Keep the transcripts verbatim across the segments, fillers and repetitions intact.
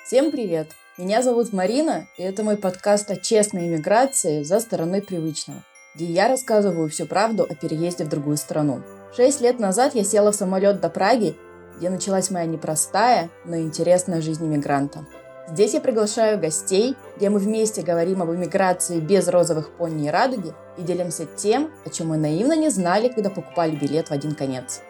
Всем привет! Меня зовут Марина, и это мой подкаст о честной иммиграции за стороной привычного, где я рассказываю всю правду о переезде в другую страну. Шесть лет назад я села в самолет до Праги, где началась моя непростая, но интересная жизнь иммигранта. Здесь я приглашаю гостей, где мы вместе говорим об иммиграции без розовых пони и радуги и делимся тем, о чем мы наивно не знали, когда покупали билет в один конец.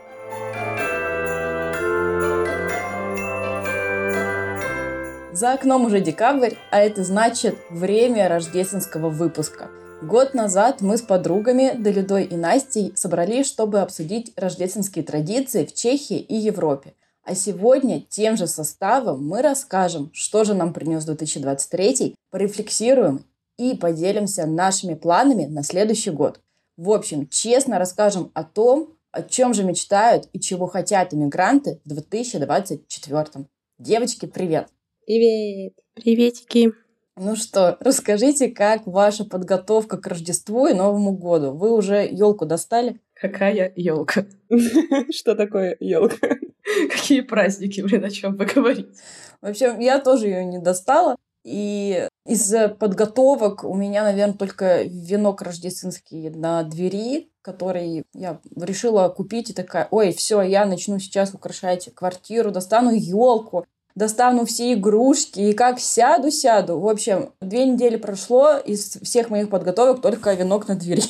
За окном уже декабрь, а это значит время рождественского выпуска. Год назад мы с подругами Далидой и Настей собрались, чтобы обсудить рождественские традиции в Чехии и Европе. А сегодня тем же составом мы расскажем, что же нам принес две тысячи двадцать третий, порефлексируем и поделимся нашими планами на следующий год. В общем, честно расскажем о том, о чем же мечтают и чего хотят иммигранты в две тысячи двадцать четвёртом. Девочки, привет! Привет! Приветики! Ну что, расскажите, как ваша подготовка к Рождеству и Новому году? Вы уже елку достали? Какая елка? Что такое елка? Какие праздники, блин, о чем вы говорите? Вообще, я тоже ее не достала. И из подготовок у меня, наверное, только венок рождественский на двери, который я решила купить и такая: ой, все, я начну сейчас украшать квартиру, достану елку. Достану все игрушки, и как сяду-сяду. В общем, две недели прошло, из всех моих подготовок только венок на двери.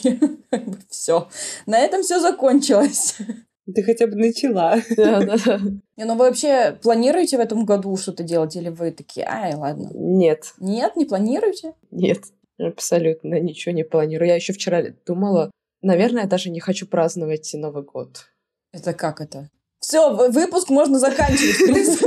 Все. На этом все закончилось. Ты хотя бы начала. Да, да, да. Не, ну вы вообще планируете в этом году что-то делать? Или вы такие: ай, ладно? Нет. Нет, не планируете? Нет, абсолютно ничего не планирую. Я еще вчера думала, наверное, я даже не хочу праздновать Новый год. Это как это? Все, выпуск можно заканчивать.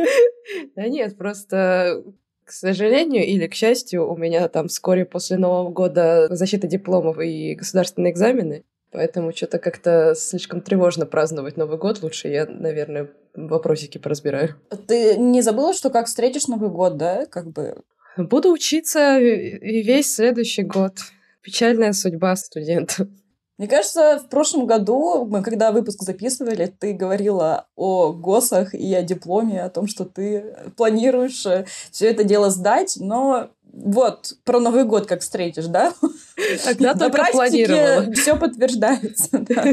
Да нет, просто, к сожалению или к счастью, у меня там вскоре после Нового года защита дипломов и государственные экзамены, поэтому что-то как-то слишком тревожно праздновать Новый год. Лучше я, наверное, вопросики поразбираю. Ты не забыла, что как встретишь Новый год, да? Как бы... Буду учиться и весь следующий год. Печальная судьба студента. Мне кажется, в прошлом году, мы когда выпуск записывали, ты говорила о ГОСах и о дипломе, о том, что ты планируешь все это дело сдать, но вот про Новый год как встретишь, да? Тогда только планировала. Все подтверждается.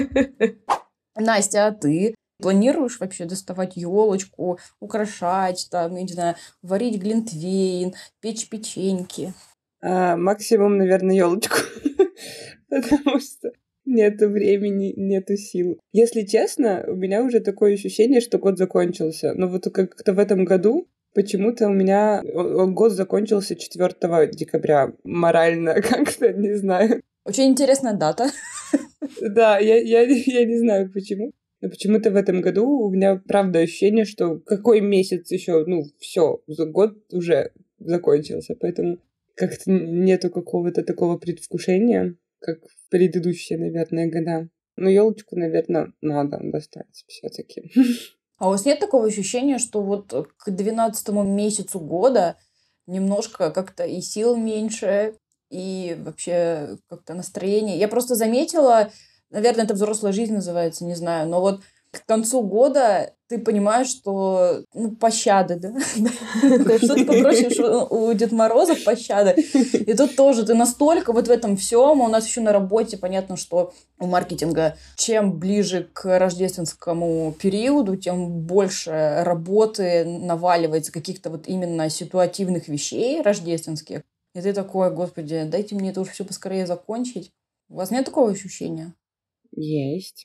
Настя, а ты планируешь вообще доставать елочку, украшать, там, я не знаю, варить глинтвейн, печь печеньки? Максимум, наверное, елочку, потому что нету времени, нету сил. Если честно, у меня уже такое ощущение, что год закончился. Но вот как-то в этом году почему-то у меня год закончился четвёртого декабря. Морально как-то, не знаю. Очень интересная дата. Да, я, я, я не знаю почему. Но почему-то в этом году у меня, правда, ощущение, что какой месяц еще, ну, все, год уже закончился. Поэтому как-то нету какого-то такого предвкушения, как в предыдущие, наверное, года. Но елочку, наверное, надо достать все-таки. А у вас нет такого ощущения, что вот к двенадцатому месяцу года немножко как-то и сил меньше, и вообще как-то настроение? Я просто заметила, наверное, это взрослая жизнь называется, не знаю, но вот к концу года ты понимаешь, что ну, пощады, да? Что ты попросишь у Деда Мороза пощады. И тут тоже ты настолько вот в этом всем. У нас еще на работе понятно, что у маркетинга чем ближе к рождественскому периоду, тем больше работы наваливается каких-то вот именно ситуативных вещей рождественских. И ты такой: господи, дайте мне это уже все поскорее закончить. У вас нет такого ощущения? Есть.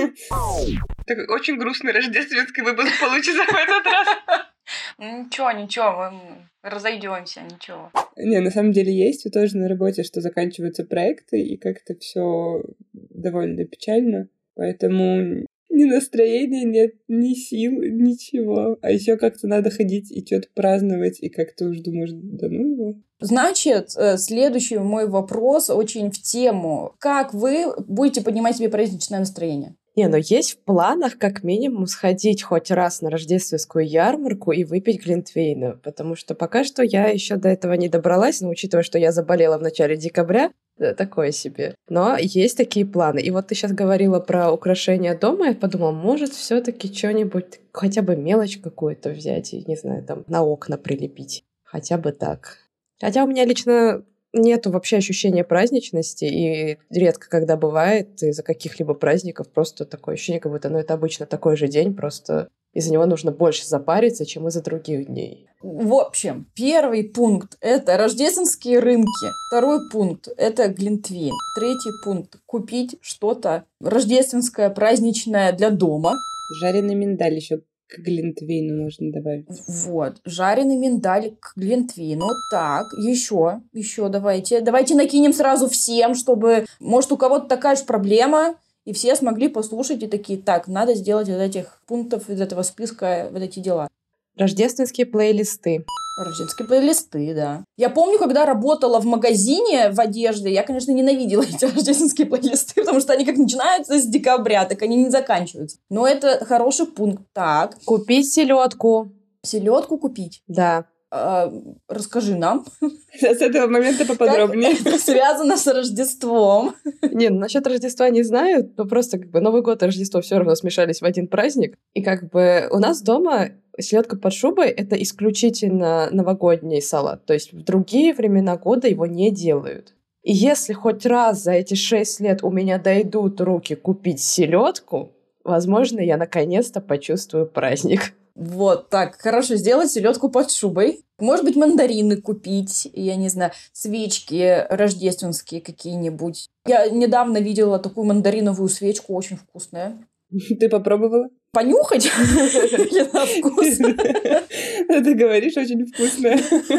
Так очень грустный рождественский выпуск получится в этот раз. Ничего, ничего, мы разойдемся, ничего. Не, на самом деле есть. И тоже на работе, что заканчиваются проекты, и как-то все довольно печально. Поэтому ни настроения нет, ни сил, ничего. А еще как-то надо ходить и что-то праздновать, и как-то уж думаешь: да ну его. Значит, следующий мой вопрос очень в тему. Как вы будете поднимать себе праздничное настроение? Не, но есть в планах как минимум сходить хоть раз на рождественскую ярмарку и выпить глинтвейна, потому что пока что я еще до этого не добралась, но учитывая, что я заболела в начале декабря, да, такое себе. Но есть такие планы. И вот ты сейчас говорила про украшения дома, я подумала, может, все-таки что-нибудь, хотя бы мелочь какую-то взять и, не знаю, там на окна прилепить. Хотя бы так. Хотя у меня лично нету вообще ощущения праздничности, и редко когда бывает из-за каких-либо праздников просто такое ощущение, как будто, ну, это обычно такой же день, просто из-за него нужно больше запариться, чем из-за других дней. В общем, первый пункт – это рождественские рынки. Второй пункт – это глинтвейн. Третий пункт – купить что-то рождественское, праздничное для дома. Жареный миндаль еще к глинтвейну можно добавить. Вот, жареный миндаль к глинтвейну. Так, еще, еще давайте. Давайте накинем сразу всем, чтобы, может, у кого-то такая же проблема, и все смогли послушать и такие, так, надо сделать из этих пунктов, из этого списка вот эти дела. Рождественские плейлисты. Рождественские плейлисты, да. Я помню, когда работала в магазине в одежде, я, конечно, ненавидела эти рождественские плейлисты, потому что они как начинаются с декабря, так они не заканчиваются. Но это хороший пункт. Так. Купить селедку. Селедку купить? Да. А, расскажи нам. С этого момента поподробнее. Как это связано с Рождеством? Не, ну, насчет Рождества не знаю, но просто как бы Новый год и Рождество все равно смешались в один праздник. И как бы у нас дома селедка под шубой — это исключительно новогодний салат. То есть в другие времена года его не делают. И если хоть раз за эти шесть лет у меня дойдут руки купить селедку, возможно, я наконец-то почувствую праздник. Вот так, хорошо, сделать селедку под шубой. Может быть, мандарины купить, я не знаю, свечки рождественские какие-нибудь. Я недавно видела такую мандариновую свечку, очень вкусная. Ты попробовала? Понюхать? Или на вкус? Ты говоришь, очень вкусная.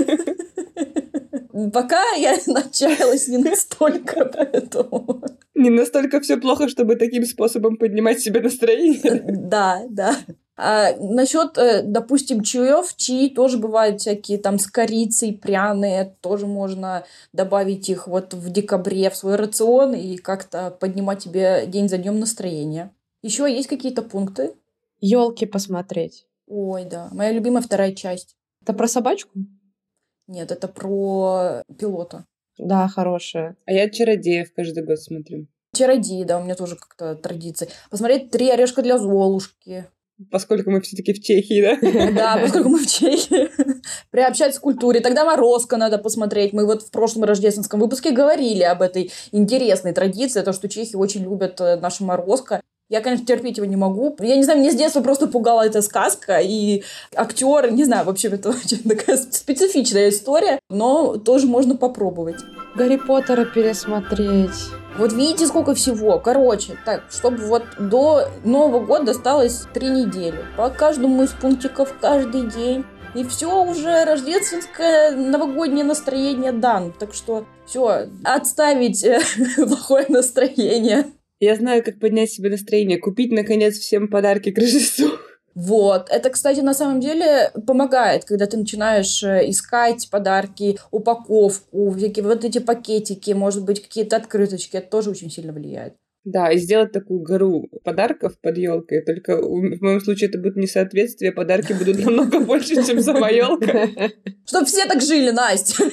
Пока я началась не настолько, поэтому... Не настолько все плохо, чтобы таким способом поднимать себе настроение. Да, да. А насчет, допустим, чаев, чаи тоже бывают всякие там с корицей, пряные, тоже можно добавить их вот в декабре в свой рацион и как-то поднимать тебе день за днем настроение. Еще есть какие-то пункты? Елки посмотреть. Ой, да. Моя любимая вторая часть. Это про собачку? Нет, это про пилота. Да, хорошая. А я чародеев каждый год смотрю. Чародей, да, у меня тоже как-то традиция. Посмотреть «Три орешка для Золушки». Поскольку мы все-таки в Чехии, да? Да, поскольку мы в Чехии. Приобщать к культуре. Тогда «Морозко» надо посмотреть. Мы вот в прошлом рождественском выпуске говорили об этой интересной традиции, то, что чехи очень любят наше «Морозко». Я, конечно, терпеть его не могу. Я не знаю, мне с детства просто пугала эта сказка, и актеры, не знаю, вообще это очень такая специфичная история, но тоже можно попробовать. Гарри Поттера пересмотреть. Вот видите, сколько всего. Короче, так, чтобы вот до Нового года осталось три недели. По каждому из пунктиков каждый день. И все уже рождественское новогоднее настроение дан. Так что все, отставить плохое настроение. Я знаю, как поднять себе настроение. Купить, наконец, всем подарки к Рождеству. Вот. Это, кстати, на самом деле помогает, когда ты начинаешь искать подарки, упаковку, всякие вот эти пакетики, может быть, какие-то открыточки. Это тоже очень сильно влияет. Да, и сделать такую гору подарков под елкой. Только в моем случае это будет несоответствие. Подарки будут намного больше, чем сама елка. Чтоб все так жили, Настя.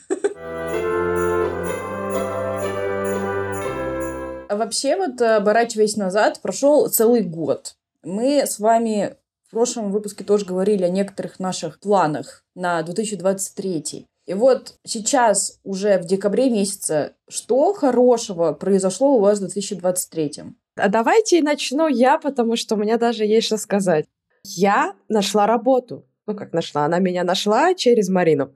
А вообще, вот, оборачиваясь назад, прошел целый год. Мы с вами в прошлом выпуске тоже говорили о некоторых наших планах на две тысячи двадцать третий. И вот сейчас, уже в декабре месяце, что хорошего произошло у вас в две тысячи двадцать третьем? А давайте начну я, потому что у меня даже есть что сказать. Я нашла работу. Ну, как нашла? Она меня нашла через Марину.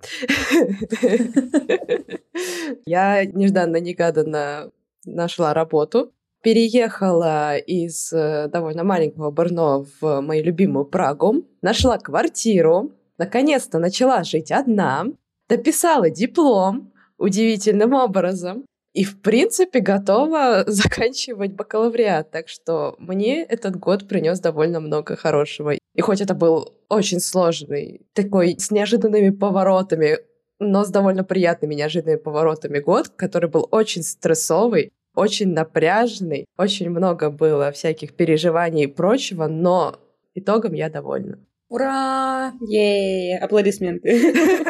Я нежданно-негаданно нашла работу, переехала из довольно маленького Брно в мою любимую Прагу, нашла квартиру, наконец-то начала жить одна, дописала диплом удивительным образом и, в принципе, готова заканчивать бакалавриат. Так что мне этот год принес довольно много хорошего. И хоть это был очень сложный, такой с неожиданными поворотами, но с довольно приятными неожиданными поворотами год, который был очень стрессовый, очень напряжный, очень много было всяких переживаний и прочего, но итогом я довольна. Ура! Ей, аплодисменты.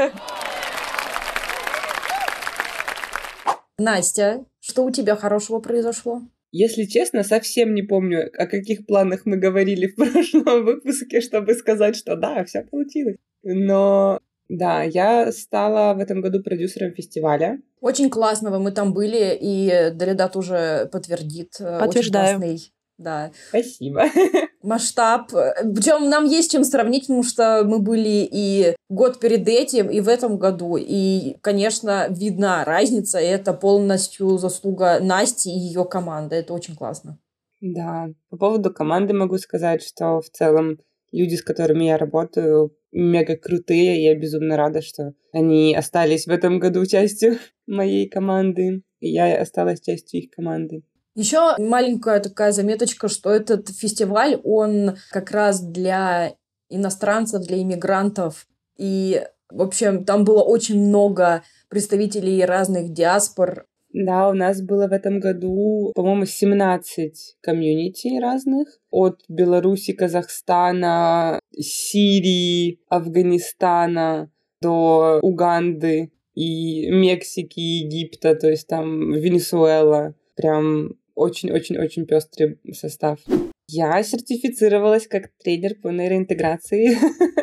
Настя, что у тебя хорошего произошло? Если честно, совсем не помню, о каких планах мы говорили в прошлом выпуске, чтобы сказать, что да, все получилось. Но да, я стала в этом году продюсером фестиваля. Очень классного мы там были, и Далида тоже подтвердит. Подтверждаю. Очень классный, да. Спасибо. Масштаб. Причем нам есть чем сравнить, потому что мы были и год перед этим, и в этом году. И, конечно, видна разница, и это полностью заслуга Насти и ее команды. Это очень классно. Да, по поводу команды могу сказать, что в целом люди, с которыми я работаю, мега крутые. Я безумно рада, что они остались в этом году частью моей команды, и я осталась частью их команды. Еще маленькая такая заметочка, что этот фестиваль, он как раз для иностранцев, для иммигрантов. И, в общем, там было очень много представителей разных диаспор. Да, у нас было в этом году, по-моему, семнадцать комьюнити разных. От Беларуси, Казахстана, Сирии, Афганистана до Уганды и Мексики, Египта, то есть там Венесуэла. Прям очень-очень-очень пестрый состав. Я сертифицировалась как тренер по нейроинтеграции.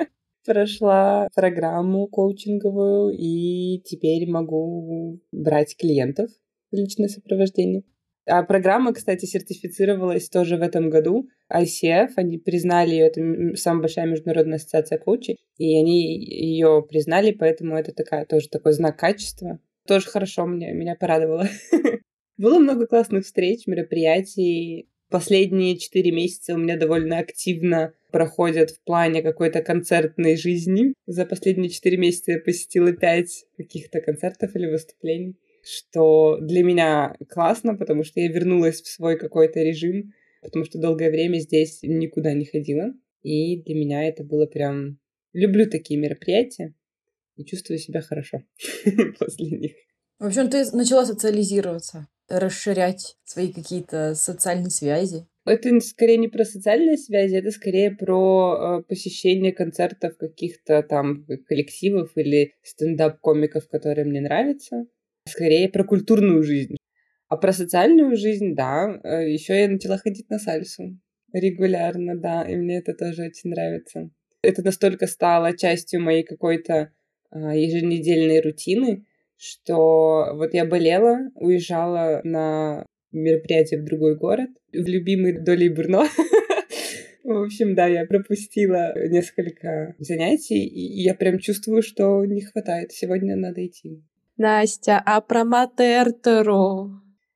Прошла программу коучинговую и теперь могу брать клиентов в личное сопровождение. А программа, кстати, сертифицировалась тоже в этом году. ай си эф, они признали ее, это самая большая международная ассоциация коучей, и они ее признали, поэтому это такая, тоже такой знак качества. Тоже хорошо, меня, меня порадовало. Было много классных встреч, мероприятий. Последние четыре месяца у меня довольно активно проходят в плане какой-то концертной жизни. За последние четыре месяца я посетила пять каких-то концертов или выступлений, что для меня классно, потому что я вернулась в свой какой-то режим, потому что долгое время здесь никуда не ходила. И для меня это было прям... Люблю такие мероприятия и чувствую себя хорошо после них. В общем, ты начала социализироваться, расширять свои какие-то социальные связи. Это скорее не про социальные связи, это скорее про э, посещение концертов каких-то там коллективов или стендап-комиков, которые мне нравятся. Скорее про культурную жизнь. А про социальную жизнь, да. Э, еще я начала ходить на сальсу регулярно, да, и мне это тоже очень нравится. Это настолько стало частью моей какой-то э, еженедельной рутины, что вот я болела, уезжала на мероприятие в другой город, в любимый Долей Бурно. В общем, да, я пропустила несколько занятий, и я прям чувствую, что не хватает. Сегодня надо идти. Настя, а про Матертеру?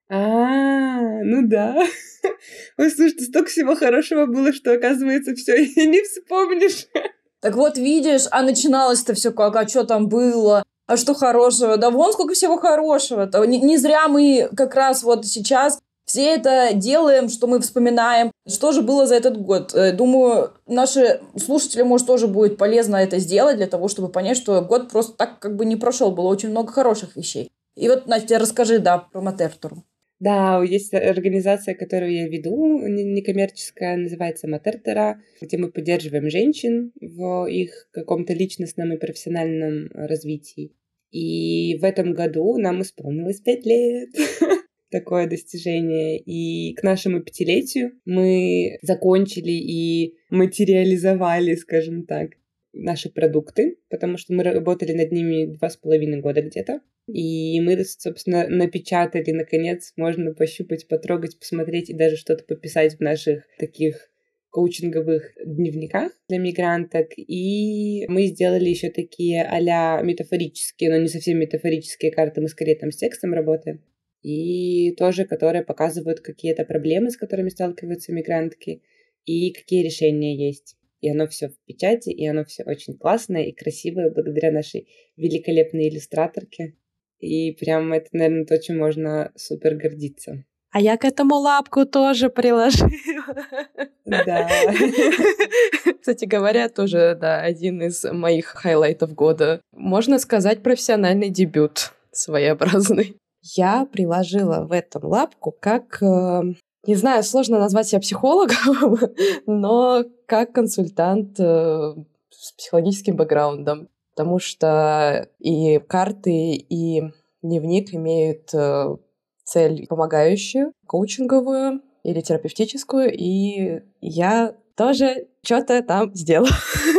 А, ну да. Ой, слушай, столько всего хорошего было, что, оказывается, все и не вспомнишь. Так вот, видишь, а начиналось-то все как, а что там было? А что хорошего? Да вон сколько всего хорошего-то. Не, не зря мы как раз вот сейчас все это делаем, что мы вспоминаем, что же было за этот год. Думаю, наши слушатели, может, тоже будет полезно это сделать для того, чтобы понять, что год просто так как бы не прошел. Было очень много хороших вещей. И вот, Настя, расскажи, да, про Матертеру. Да, есть организация, которую я веду, некоммерческая, называется Матертера, где мы поддерживаем женщин в их каком-то личностном и профессиональном развитии. И в этом году нам исполнилось пять лет. Такое достижение. И к нашему пятилетию мы закончили и материализовали, скажем так, наши продукты, потому что мы работали над ними два с половиной года где-то. И мы, собственно, напечатали, наконец, можно пощупать, потрогать, посмотреть и даже что-то пописать в наших таких коучинговых дневниках для мигранток. И мы сделали еще такие а-ля метафорические, но не совсем метафорические карты, мы скорее там с текстом работаем. И тоже, которые показывают какие-то проблемы, с которыми сталкиваются мигрантки, и какие решения есть. И оно все в печати, и оно все очень классное и красивое благодаря нашей великолепной иллюстраторке. И прям это, наверное, то, чем можно супер гордиться. А я к этому лапку тоже приложила. Да. Кстати говоря, тоже, да, один из моих хайлайтов года. Можно сказать, профессиональный дебют своеобразный. я приложила в этом лапку как, э, не знаю, сложно назвать себя психологом, но как консультант э, с психологическим бэкграундом, потому что и карты, и дневник имеют э, цель помогающую, коучинговую или терапевтическую, и я тоже что-то там сделала.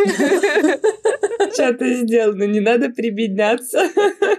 Что-то сделано, не надо прибедняться.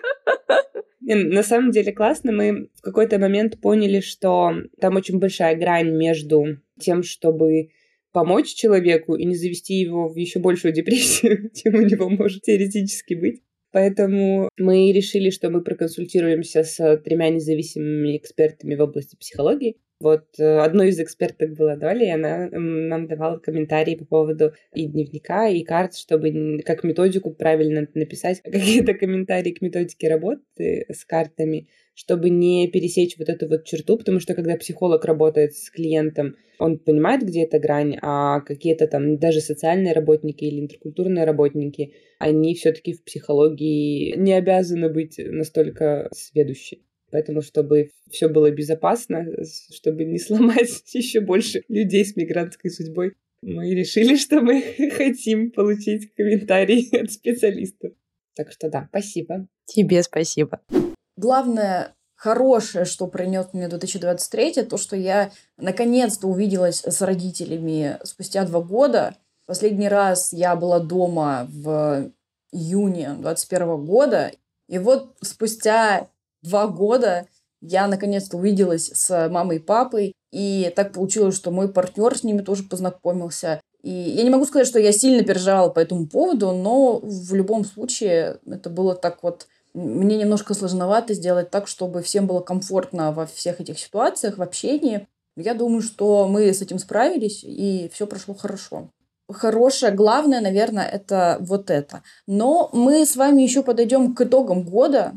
На самом деле классно. Мы в какой-то момент поняли, что там очень большая грань между тем, чтобы помочь человеку и не завести его в еще большую депрессию, чем у него может теоретически быть. Поэтому мы решили, что мы проконсультируемся с тремя независимыми экспертами в области психологии. Вот одной из эксперток была Доля, и она нам давала комментарии по поводу и дневника, и карт, чтобы как методику правильно написать, какие-то комментарии к методике работы с картами, чтобы не пересечь вот эту вот черту, потому что когда психолог работает с клиентом, он понимает, где эта грань, а какие-то там даже социальные работники или интеркультурные работники, они все-таки в психологии не обязаны быть настолько сведущи. Поэтому, чтобы все было безопасно, чтобы не сломать еще больше людей с мигрантской судьбой, мы решили, что мы хотим получить комментарий от специалистов. Так что да, спасибо. Тебе спасибо. Главное, хорошее, что принес мне две тысячи двадцать третий, то, что я наконец-то увиделась с родителями спустя два года. Последний раз я была дома в июне двадцать первого года. И вот спустя два года я наконец-то увиделась с мамой и папой. И так получилось, что мой партнер с ними тоже познакомился. И я не могу сказать, что я сильно переживала по этому поводу, но в любом случае это было так вот... Мне немножко сложновато сделать так, чтобы всем было комфортно во всех этих ситуациях, в общении. Я думаю, что мы с этим справились, и все прошло хорошо. Хорошее, главное, наверное, это вот это. Но мы с вами еще подойдем к итогам года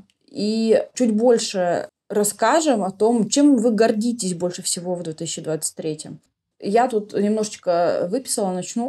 и чуть больше расскажем о том, чем вы гордитесь больше всего в две тысячи двадцать третьем. Я тут немножечко выписала, начну.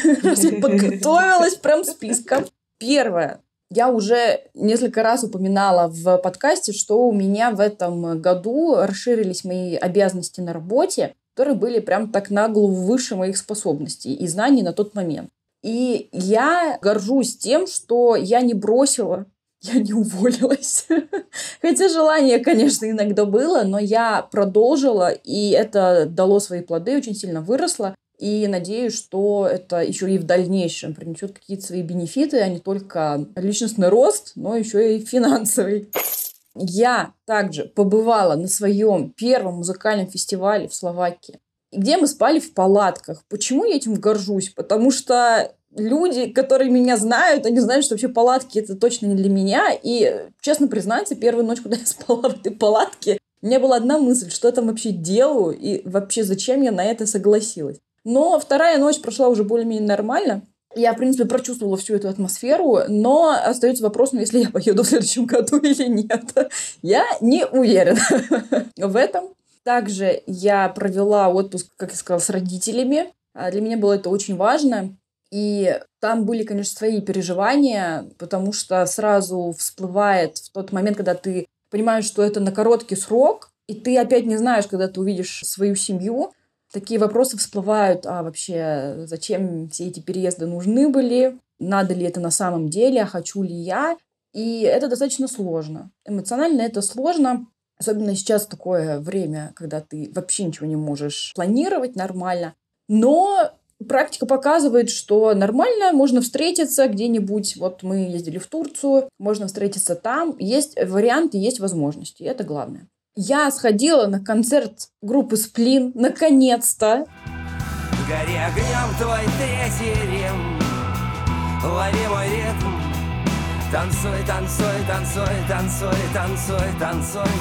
Подготовилась прям списком. Первое. Я уже несколько раз упоминала в подкасте, что у меня в этом году расширились мои обязанности на работе, которые были прям так на голову выше моих способностей и знаний на тот момент. И я горжусь тем, что я не бросила, я не уволилась. Хотя желание, конечно, иногда было, но я продолжила, и это дало свои плоды, очень сильно выросло. И надеюсь, что это еще и в дальнейшем принесет какие-то свои бенефиты, а не только личностный рост, но еще и финансовый. Я также побывала на своем первом музыкальном фестивале в Словакии, где мы спали в палатках. Почему я этим горжусь? Потому что люди, которые меня знают, они знают, что вообще палатки это точно не для меня. И, честно признаться, первую ночь, когда я спала в этой палатке, у меня была одна мысль, что я там вообще делаю и вообще зачем я на это согласилась. Но вторая ночь прошла уже более-менее нормально. Я, в принципе, прочувствовала всю эту атмосферу, но остается вопрос, ну, если я поеду в следующем году или нет. Я не уверена в этом. Также я провела отпуск, как я сказала, с родителями. Для меня было это очень важно. И там были, конечно, свои переживания, потому что сразу всплывает в тот момент, когда ты понимаешь, что это на короткий срок, и ты опять не знаешь, когда ты увидишь свою семью. Такие вопросы всплывают, а вообще зачем все эти переезды нужны были, надо ли это на самом деле, а хочу ли я. И это достаточно сложно. Эмоционально это сложно, особенно сейчас такое время, когда ты вообще ничего не можешь планировать нормально. Но практика показывает, что нормально, можно встретиться где-нибудь. Вот мы ездили в Турцию, можно встретиться там. Есть варианты, есть возможности, и это главное. Я сходила на концерт группы «Сплин», наконец-то. Гори огнем твой третий Рим, лови мой ритм, танцуй, танцуй, танцуй, танцуй, танцуй, танцуй.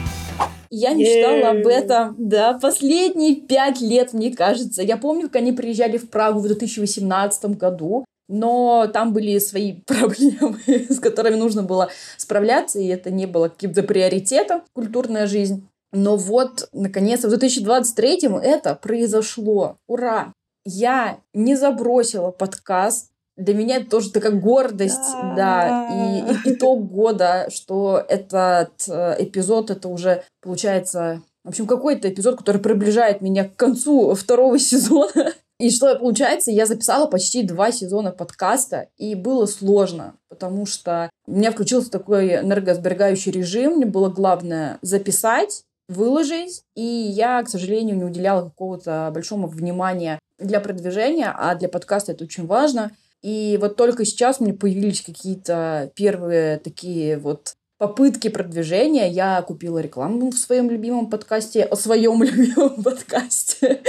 Я мечтала об этом, да, последние пять лет, мне кажется. Я помню, как они приезжали в Прагу в две тысячи восемнадцатом году. Но там были свои проблемы, с которыми нужно было справляться, и это не было каким-то приоритетом, культурная жизнь. Но вот, наконец-то, в две тысячи двадцать третьем это произошло. Ура! Я не забросила подкаст, для меня это тоже такая гордость, да, и, и итог года, что этот эпизод, это уже, получается, в общем, какой-то эпизод, который приближает меня к концу второго сезона. И что получается, я записала почти два сезона подкаста, и было сложно, потому что у меня включился такой энергосберегающий режим, мне было главное записать, выложить, и я, к сожалению, не уделяла какого-то большого внимания для продвижения, а для подкаста это очень важно. И вот только сейчас у меня появились какие-то первые такие вот попытки продвижения. Я купила рекламу в своем любимом подкасте, о своем любимом подкасте.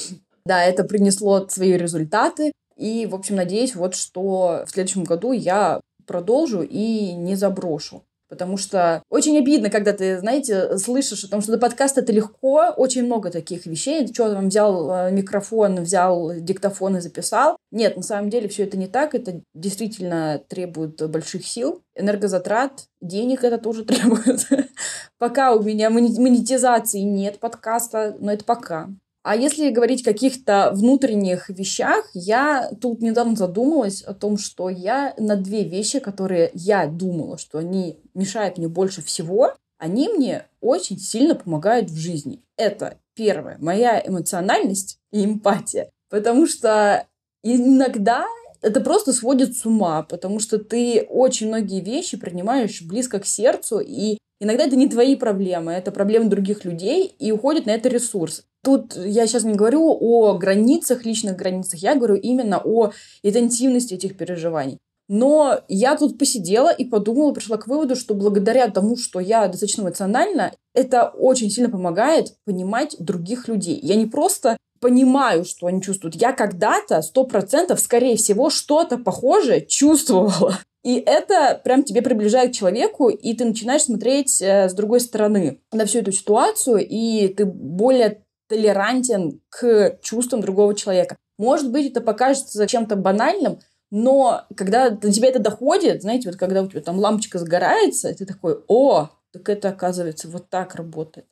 Да, это принесло свои результаты. И, в общем, надеюсь, вот что в следующем году я продолжу и не заброшу. Потому что очень обидно, когда ты, знаете, слышишь о том, что до подкаста это легко, очень много таких вещей. Ты что, там взял микрофон, взял диктофон и записал? Нет, на самом деле все это не так. Это действительно требует больших сил, энергозатрат, денег это тоже требует. Пока у меня монетизации нет подкаста, но это пока. А если говорить о каких-то внутренних вещах, я тут недавно задумалась о том, что я на две вещи, которые я думала, что они мешают мне больше всего, они мне очень сильно помогают в жизни. Это первое, моя эмоциональность и эмпатия. Потому что иногда это просто сводит с ума, потому что ты очень многие вещи принимаешь близко к сердцу, и иногда это не твои проблемы, это проблемы других людей, и уходит на это ресурс. Тут я сейчас не говорю о границах, личных границах, я говорю именно о интенсивности этих переживаний. Но я тут посидела и подумала, пришла к выводу, что благодаря тому, что я достаточно эмоциональна, это очень сильно помогает понимать других людей. Я не просто понимаю, что они чувствуют. Я когда-то сто процентов, скорее всего, что-то похожее чувствовала. И это прям тебе приближает к человеку, и ты начинаешь смотреть э, с другой стороны на всю эту ситуацию, и ты более толерантен к чувствам другого человека. Может быть, это покажется чем-то банальным, но когда до тебя это доходит, знаете, вот когда у тебя там лампочка загорается, и ты такой: о, так это, оказывается, вот так работает.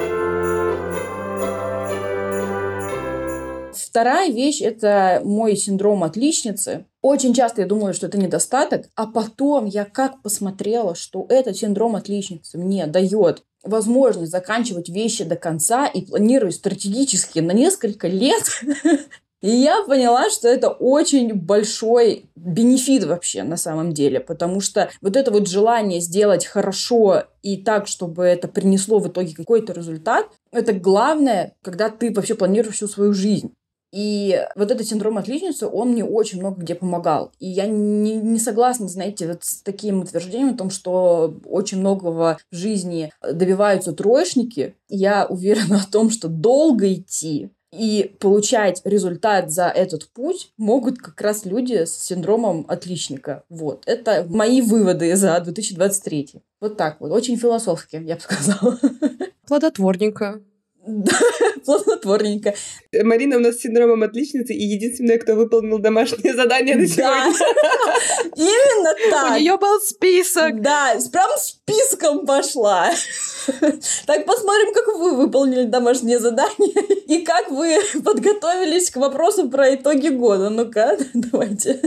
Вторая вещь – это мой синдром отличницы. Очень часто я думала, что это недостаток, а потом я как посмотрела, что этот синдром отличницы мне дает возможность заканчивать вещи до конца и планировать стратегически на несколько лет. И я поняла, что это очень большой бенефит вообще на самом деле, потому что вот это вот желание сделать хорошо и так, чтобы это принесло в итоге какой-то результат, это главное, когда ты вообще планируешь всю свою жизнь. И вот этот синдром отличницы, он мне очень много где помогал. И я не, не согласна, знаете, вот с таким утверждением о том, что очень многого в жизни добиваются троечники. Я уверена в том, что долго идти и получать результат за этот путь могут как раз люди с синдромом отличника. Вот. Это мои выводы за две тысячи двадцать третий. Вот так вот. Очень философски, я бы сказала. Плодотворненько. Да, плодотворненько. Марина у нас с синдромом отличницы и единственная, кто выполнил домашнее задание на сегодня. Да, именно так. У нее был список. Да, прям списком пошла. Так, посмотрим, как вы выполнили домашнее задание и как вы подготовились к вопросу про итоги года. Ну-ка, давайте.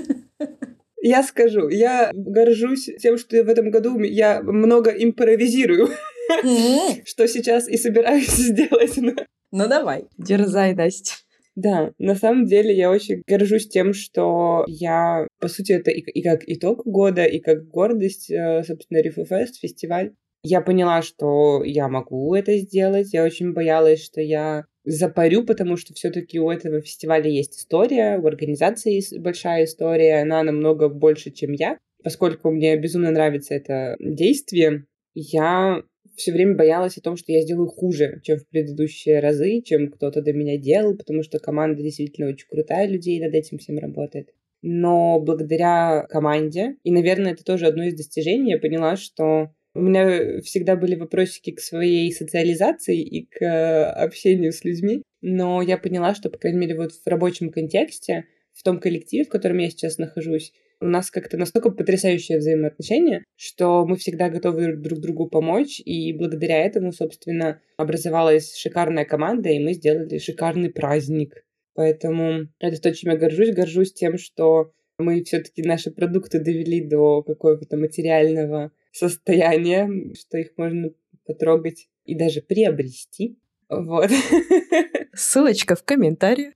Я скажу, я горжусь тем, что в этом году я много импровизирую. Mm-hmm. Что сейчас и собираюсь сделать. Ну, давай. Дерзай, Настя. Да, на самом деле я очень горжусь тем, что я, по сути, это и, и как итог года, и как гордость, собственно, Рифуфест, фестиваль. Я поняла, что я могу это сделать. Я очень боялась, что я запарю, потому что все-таки у этого фестиваля есть история, у организации есть большая история, она намного больше, чем я. Поскольку мне безумно нравится это действие, я все время боялась о том, что я сделаю хуже, чем в предыдущие разы, чем кто-то до меня делал, потому что команда действительно очень крутая, людей над этим всем работает. Но благодаря команде, и, наверное, это тоже одно из достижений, я поняла, что у меня всегда были вопросики к своей социализации и к общению с людьми, но я поняла, что, по крайней мере, вот в рабочем контексте, в том коллективе, в котором я сейчас нахожусь, у нас как-то настолько потрясающие взаимоотношения, что мы всегда готовы друг другу помочь, и благодаря этому, собственно, образовалась шикарная команда, и мы сделали шикарный праздник. Поэтому это то, чем я горжусь. Горжусь тем, что мы все-таки наши продукты довели до какого-то материального состояния, что их можно потрогать и даже приобрести. Вот. Ссылочка в комментариях.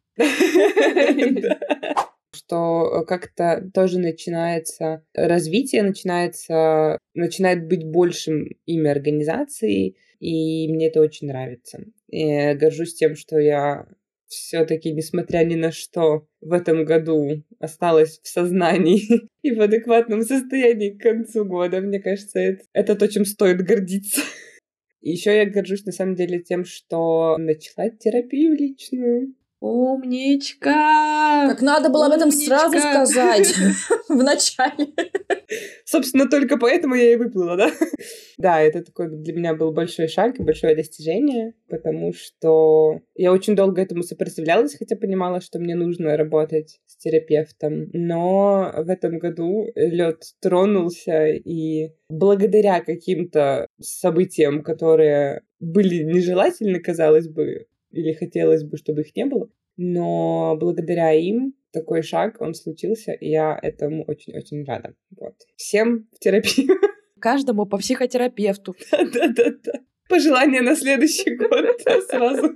Что как-то тоже начинается развитие, начинается, начинает быть большим имя организации, и мне это очень нравится. Я горжусь тем, что я все-таки, несмотря ни на что, в этом году осталась в сознании и в адекватном состоянии к концу года. Мне кажется, это, это то, чем стоит гордиться. И еще я горжусь, на самом деле, тем, что начала терапию личную. Умничка! Как надо было об этом сразу сказать в начале. Собственно, только поэтому я и выплыла, да? Да, это такой для меня был большой шаг и большое достижение, потому что я очень долго этому сопротивлялась, хотя понимала, что мне нужно работать с терапевтом. Но в этом году лед тронулся, и благодаря каким-то событиям, которые были нежелательны, казалось бы, или хотелось бы, чтобы их не было, но благодаря им такой шаг, он случился, и я этому очень-очень рада. Вот. Всем в терапию. Каждому по психотерапевту. Да-да-да. Пожелания на следующий год сразу.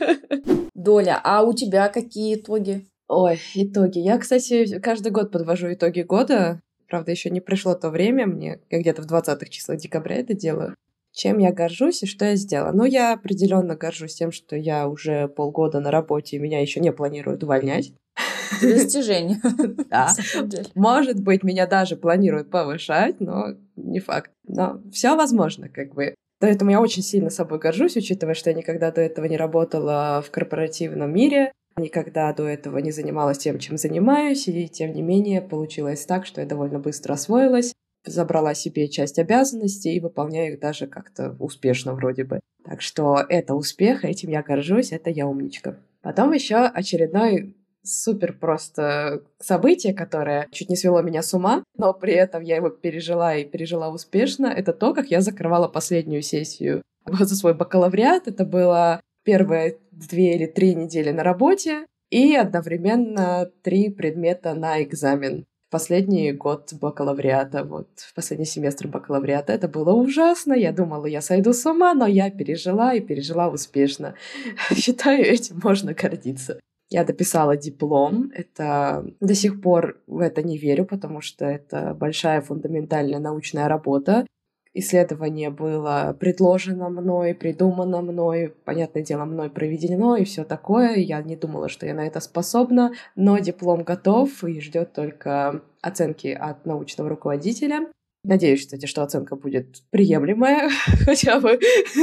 Доля, а у тебя какие итоги? Ой, итоги. Я, кстати, каждый год подвожу итоги года. Правда, еще не пришло то время мне. Я где-то в двадцатых числах декабря это делаю. Чем я горжусь и что я сделала? Ну, я определенно горжусь тем, что я уже полгода на работе, и меня еще не планируют увольнять. Достижение. Да. Может быть, меня даже планируют повышать, но не факт. Но все возможно, как бы. Поэтому я очень сильно собой горжусь, учитывая, что я никогда до этого не работала в корпоративном мире, никогда до этого не занималась тем, чем занимаюсь, и тем не менее получилось так, что я довольно быстро освоилась, забрала себе часть обязанностей и выполняю их даже как-то успешно вроде бы. Так что это успех, этим я горжусь, это я умничка. Потом еще очередной супер просто событие, которое чуть не свело меня с ума, но при этом я его пережила и пережила успешно. Это то, как я закрывала последнюю сессию за свой бакалавриат. Это было первые две или три недели на работе и одновременно три предмета на экзамен. Последний год бакалавриата, вот, последний семестр бакалавриата. Это было ужасно. Я думала, я сойду с ума, но я пережила и пережила успешно. Считаю, этим можно гордиться. Я дописала диплом. Это до сих пор в это не верю, потому что это большая фундаментальная научная работа. Исследование было предложено мной, придумано мной, понятное дело, мной проведено и все такое. Я не думала, что я на это способна, но диплом готов и ждет только оценки от научного руководителя. Надеюсь, кстати, что оценка будет приемлемая хотя бы.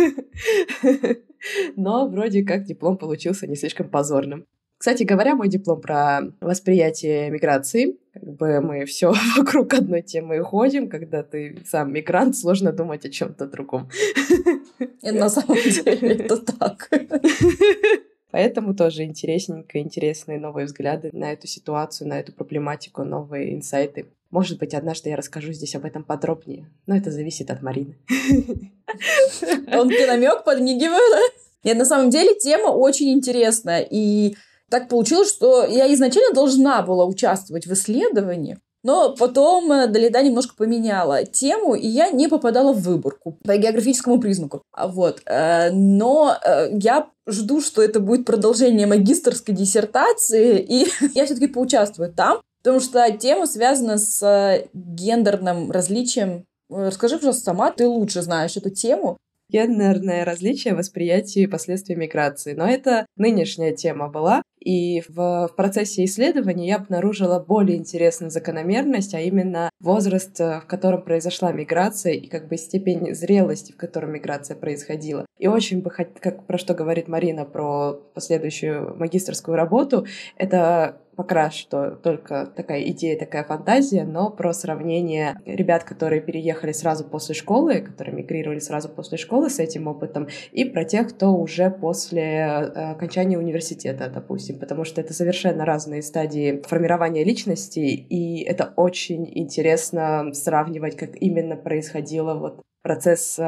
Но вроде как диплом получился не слишком позорным. Кстати говоря, мой диплом про восприятие миграции. Как бы мы все вокруг одной темы ходим. Когда ты сам мигрант, сложно думать о чем-то другом. И на самом деле это так. Поэтому тоже интересненько, интересные новые взгляды на эту ситуацию, на эту проблематику, новые инсайты. Может быть, однажды я расскажу здесь об этом подробнее, но это зависит от Марины. Тонкий намек, подмигиваю, да? Нет, на самом деле тема очень интересная, и так получилось, что я изначально должна была участвовать в исследовании, но потом Далида немножко поменяла тему, и я не попадала в выборку по географическому признаку. Вот. Но я жду, что это будет продолжение магистерской диссертации, и я все-таки поучаствую там, потому что тема связана с гендерным различием. Расскажи, пожалуйста, сама, ты лучше знаешь эту тему. Гендерное различие восприятия и последствий миграции. Но это нынешняя тема была. И в, в процессе исследования я обнаружила более интересную закономерность, а именно возраст, в котором произошла миграция, и как бы степень зрелости, в которой миграция происходила. И очень бы, как про что говорит Марина про последующую магистерскую работу, это пока что только такая идея, такая фантазия, но про сравнение ребят, которые переехали сразу после школы, которые мигрировали сразу после школы с этим опытом, и про тех, кто уже после окончания университета, допустим, потому что это совершенно разные стадии формирования личности, и это очень интересно сравнивать, как именно происходило вот процесс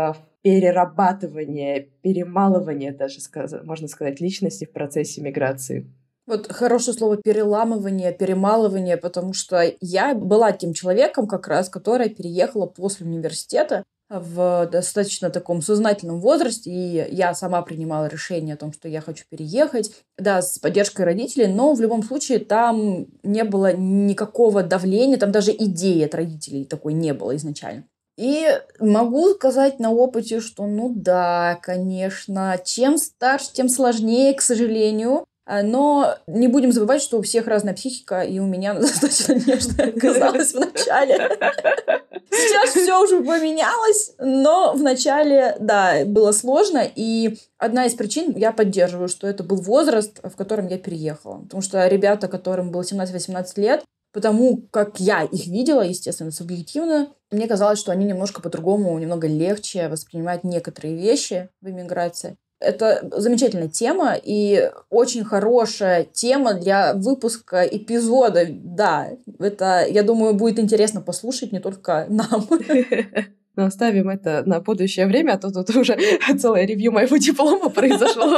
перерабатывания, перемалывания, даже можно сказать, личности в процессе миграции. Вот хорошее слово переламывание, перемалывание, потому что я была тем человеком как раз, которая переехала после университета в достаточно таком сознательном возрасте, и я сама принимала решение о том, что я хочу переехать, да, с поддержкой родителей, но в любом случае там не было никакого давления, там даже идеи от родителей такой не было изначально. И могу сказать на опыте, что ну да, конечно, чем старше, тем сложнее, к сожалению. Но не будем забывать, что у всех разная психика, и у меня достаточно нежная оказалась в начале. Сейчас все уже поменялось, но в начале, да, было сложно. И одна из причин, я поддерживаю, что это был возраст, в котором я переехала. Потому что ребята, которым было семнадцать-восемнадцать лет, потому как я их видела, естественно, субъективно, мне казалось, что они немножко по-другому, немного легче воспринимают некоторые вещи в эмиграции. Это замечательная тема и очень хорошая тема для выпуска эпизода. Да, это, я думаю, будет интересно послушать не только нам. Но оставим это на будущее время, а то тут уже целое ревью моего диплома произошло.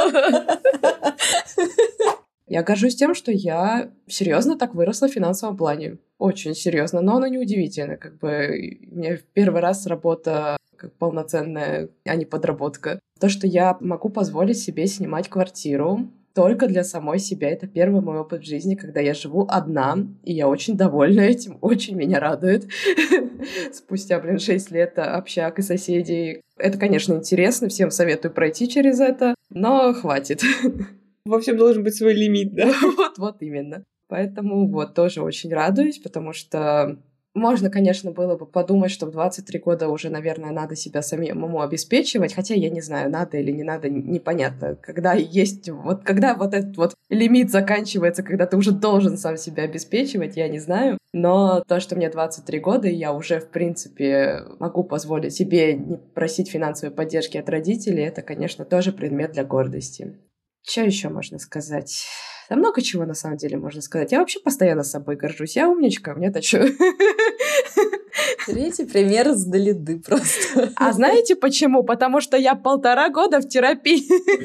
Я горжусь тем, что я серьезно так выросла в финансовом плане. Очень серьезно, но оно неудивительно. Как бы у меня в первый раз работа как полноценная, а не подработка. То, что я могу позволить себе снимать квартиру только для самой себя. Это первый мой опыт в жизни, когда я живу одна, и я очень довольна этим, очень меня радует. Спустя, блин, шесть лет общак и соседей. Это, конечно, интересно, всем советую пройти через это, но хватит. Во всем должен быть свой лимит, да? Вот, вот именно. Поэтому вот тоже очень радуюсь, потому что можно, конечно, было бы подумать, что в двадцать три года уже, наверное, надо себя самому обеспечивать, хотя я не знаю, надо или не надо, непонятно. Когда есть, вот когда вот этот вот лимит заканчивается, когда ты уже должен сам себя обеспечивать, я не знаю. Но то, что мне двадцать три года, и я уже, в принципе, могу позволить себе не просить финансовой поддержки от родителей, это, конечно, тоже предмет для гордости. Что еще можно сказать? Да много чего, на самом деле, можно сказать. Я вообще постоянно собой горжусь. Я умничка, мне-то что? Третий пример с Далиды просто. А знаете почему? Потому что я полтора года в терапии.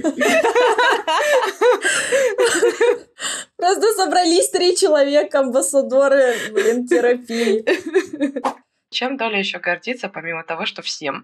Просто собрались три человека, амбассадоры, блин, терапии. Чем Доля еще гордится, помимо того, что всем?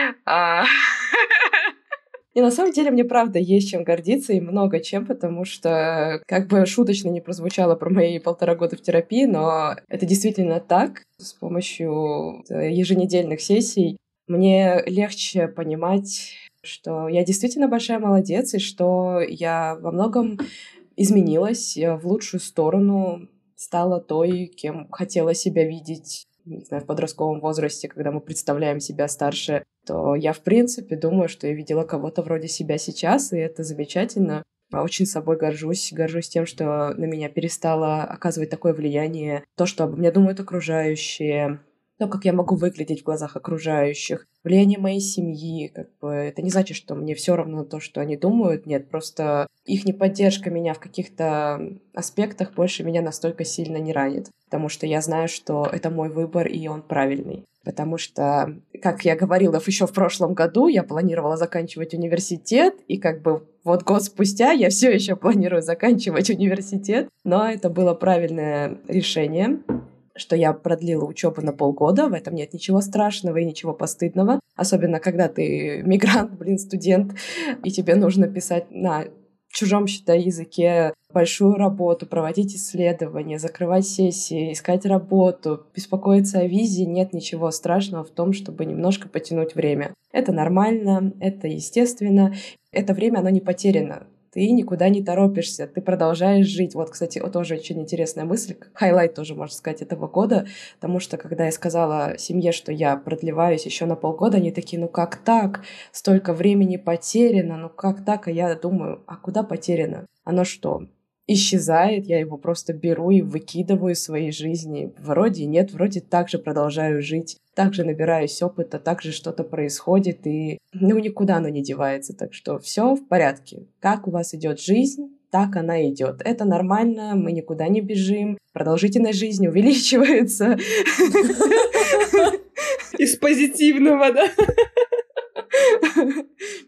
И на самом деле мне правда есть чем гордиться и много чем, потому что как бы шуточно не прозвучало про мои полтора года в терапии, но это действительно так. С помощью еженедельных сессий мне легче понимать, что я действительно большая молодец, и что я во многом изменилась в лучшую сторону, стала той, кем хотела себя видеть. Не знаю, в подростковом возрасте, когда мы представляем себя старше, то я, в принципе, думаю, что я видела кого-то вроде себя сейчас, и это замечательно. Очень собой горжусь, горжусь тем, что на меня перестало оказывать такое влияние, то, что обо мне думают окружающие, то, как я могу выглядеть в глазах окружающих, влияние моей семьи, как бы, это не значит, что мне все равно то, что они думают, нет, просто их неподдержка меня в каких-то аспектах больше меня настолько сильно не ранит, потому что я знаю, что это мой выбор, и он правильный. Потому что, как я говорила еще в прошлом году, я планировала заканчивать университет, и как бы вот год спустя я все еще планирую заканчивать университет, но это было правильное решение, что я продлила учебу на полгода, в этом нет ничего страшного и ничего постыдного, особенно когда ты мигрант, блин, студент, и тебе нужно писать на чужом, считай, языке большую работу, проводить исследования, закрывать сессии, искать работу, беспокоиться о визе, нет ничего страшного в том, чтобы немножко потянуть время. Это нормально, это естественно, это время, оно не потеряно. Ты никуда не торопишься, ты продолжаешь жить. Вот, кстати, вот тоже очень интересная мысль, хайлайт тоже, можно сказать, этого года, потому что, когда я сказала семье, что я продлеваюсь еще на полгода, они такие, ну как так? Столько времени потеряно, ну как так? А я думаю, а куда потеряно? Оно что, исчезает, я его просто беру и выкидываю из своей жизни? Вроде нет, вроде так же продолжаю жить, так же набираюсь опыта, так же что-то происходит, и ну никуда оно не девается. Так что все в порядке. Как у вас идет жизнь, так она идет. Это нормально, мы никуда не бежим, продолжительность жизни увеличивается. Из позитивного, да?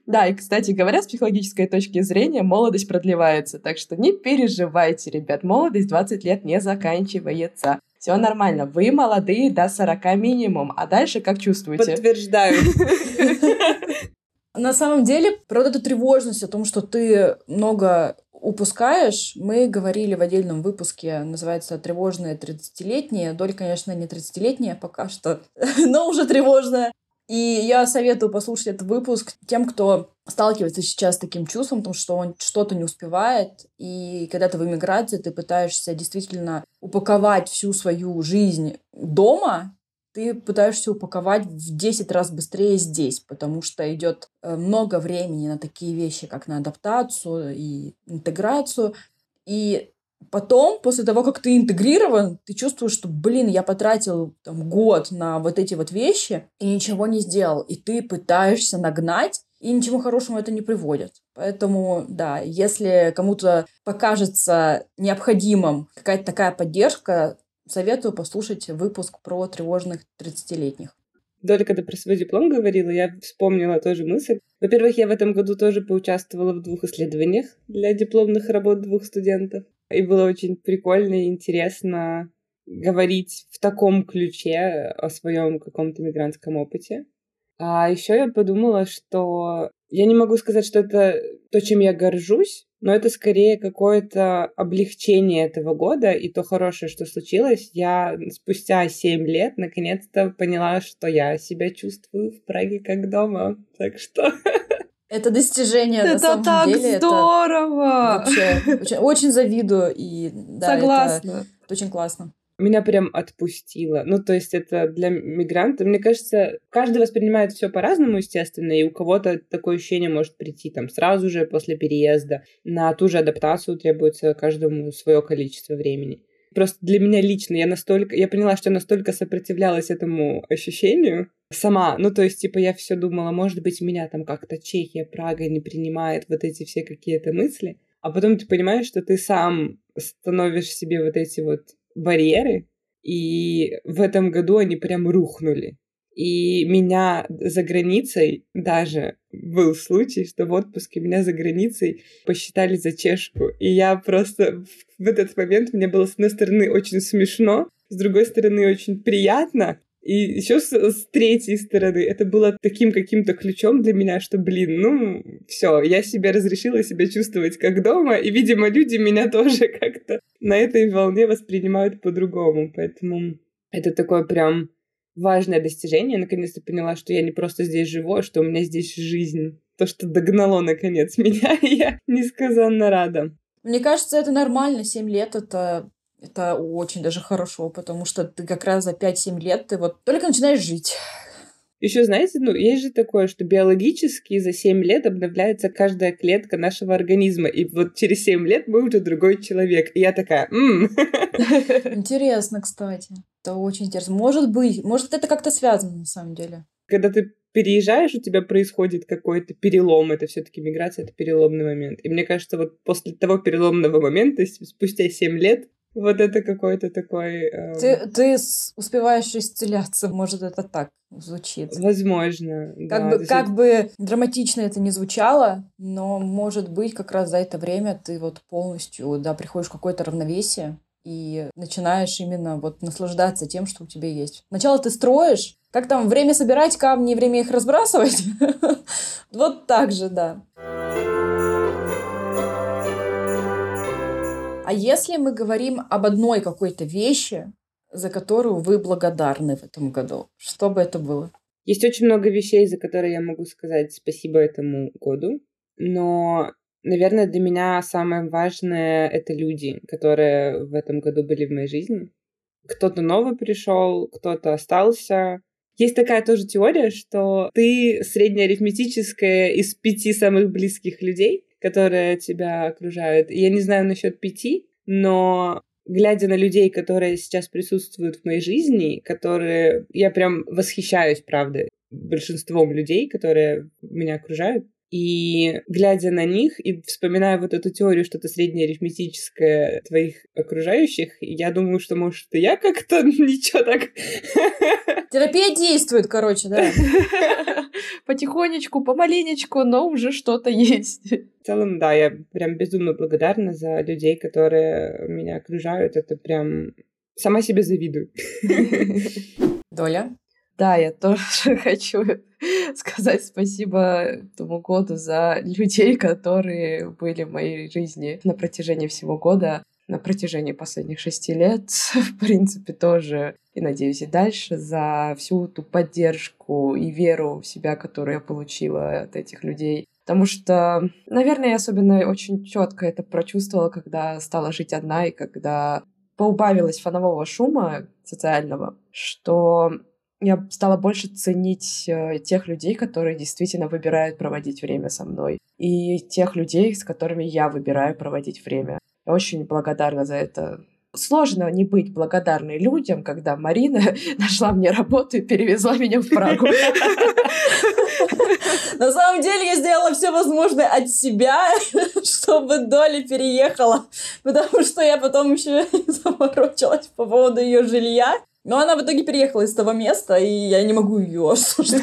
Да, и, кстати говоря, с психологической точки зрения молодость продлевается, так что не переживайте, ребят, молодость двадцать лет не заканчивается. Все нормально, вы молодые до сорока минимум, а дальше как чувствуете? Подтверждаю. На самом деле, про вот эту тревожность о том, что ты много упускаешь, мы говорили в отдельном выпуске, называется «Тревожные тридцатилетние». Доля, конечно, не тридцатилетняя пока что, но уже тревожная. И я советую послушать этот выпуск тем, кто сталкивается сейчас с таким чувством, потому что он что-то не успевает. И когда ты в эмиграции, ты пытаешься действительно упаковать всю свою жизнь дома, ты пытаешься упаковать в десять раз быстрее здесь, потому что идет много времени на такие вещи, как на адаптацию и интеграцию. И потом, после того, как ты интегрирован, ты чувствуешь, что, блин, я потратил там, год на вот эти вот вещи и ничего не сделал. И ты пытаешься нагнать, и ничего хорошего это не приводит. Поэтому, да, если кому-то покажется необходимым какая-то такая поддержка, советую послушать выпуск про тревожных тридцатилетних. Доля, когда про свой диплом говорила, я вспомнила тоже мысль. Во-первых, я в этом году тоже поучаствовала в двух исследованиях для дипломных работ двух студентов. И было очень прикольно и интересно говорить в таком ключе о своем каком-то мигрантском опыте. А еще я подумала, что я не могу сказать, что это то, чем я горжусь, но это скорее какое-то облегчение этого года, и то хорошее, что случилось. Я спустя семь лет наконец-то поняла, что я себя чувствую в Праге как дома. Так что... Это достижение, это на самом так деле. Здорово! Это вообще очень, очень завидую. И, да, согласна. Это, это очень классно. Меня прям отпустило. Ну, то есть это для мигранта, мне кажется, каждый воспринимает все по-разному, естественно, и у кого-то такое ощущение может прийти там сразу же после переезда. На ту же адаптацию требуется каждому свое количество времени. Просто для меня лично я настолько... Я поняла, что я настолько сопротивлялась этому ощущению сама. Ну, то есть, типа, я все думала, может быть, меня там как-то Чехия, Прага не принимает, вот эти все какие-то мысли. А потом ты понимаешь, что ты сам становишь себе вот эти вот барьеры, и в этом году они прям рухнули. И меня за границей даже был случай, что в отпуске меня за границей посчитали за чешку. И я просто в этот момент мне было, с одной стороны, очень смешно, с другой стороны, очень приятно. И еще с, с третьей стороны, это было таким каким-то ключом для меня, что, блин, ну, все, я себе разрешила себя чувствовать как дома, и, видимо, люди меня тоже как-то на этой волне воспринимают по-другому. Поэтому это такое прям важное достижение. Я наконец-то поняла, что я не просто здесь живу, а что у меня здесь жизнь. То, что догнало, наконец, меня, и я несказанно рада. Мне кажется, это нормально. Семь лет — это... Это очень даже хорошо, потому что ты как раз за пять-семь лет ты вот только начинаешь жить. Еще, знаете, ну, есть же такое, что биологически за семь лет обновляется каждая клетка нашего организма, и вот через семь лет мы уже другой человек. И я такая, м Интересно, кстати. Это очень интересно. Может быть, может, это как-то связано на самом деле. Когда ты переезжаешь, у тебя происходит какой-то перелом. Это все-таки миграция, это переломный момент. И мне кажется, вот после того переломного момента, спустя семь лет, вот это какой-то такой... Э... Ты, ты успеваешь исцеляться, может, это так звучит. Возможно, как да. Бы, как бы драматично это ни звучало, но, может быть, как раз за это время ты вот полностью, да, приходишь в какое-то равновесие и начинаешь именно вот наслаждаться тем, что у тебя есть. Сначала ты строишь, как там, время собирать камни и время их разбрасывать. Вот так же, да. А если мы говорим об одной какой-то вещи, за которую вы благодарны в этом году, что бы это было? Есть очень много вещей, за которые я могу сказать спасибо этому году, но, наверное, для меня самое важное — это люди, которые в этом году были в моей жизни. Кто-то новый пришел, кто-то остался. Есть такая тоже теория, что ты среднеарифметическая из пяти самых близких людей, которые тебя окружают. Я не знаю насчет пяти, но глядя на людей, которые сейчас присутствуют в моей жизни, которые... Я прям восхищаюсь, правда, большинством людей, которые меня окружают. И глядя на них и вспоминая вот эту теорию, что-то среднеарифметическое твоих окружающих, я думаю, что, может, и я как-то ничего так... Терапия действует, короче, да. Потихонечку, помаленечку, но уже что-то есть. В целом, да, я прям безумно благодарна за людей, которые меня окружают. Это прям... Сама себе завидую. Доля? Да, я тоже хочу сказать спасибо этому году за людей, которые были в моей жизни на протяжении всего года, на протяжении последних шести лет, в принципе, тоже, и, надеюсь, и дальше, за всю ту поддержку и веру в себя, которую я получила от этих людей. Потому что, наверное, я особенно очень четко это прочувствовала, когда стала жить одна, и когда поубавилось фонового шума социального, что я стала больше ценить э, тех людей, которые действительно выбирают проводить время со мной, и тех людей, с которыми я выбираю проводить время. Я очень благодарна за это. Сложно не быть благодарной людям, когда Марина нашла мне работу и перевезла меня в Прагу. На самом деле я сделала все возможное от себя, чтобы Доля переехала, потому что я потом еще заморочилась по поводу ее жилья. Но она в итоге переехала из того места, и я не могу ее осуждать.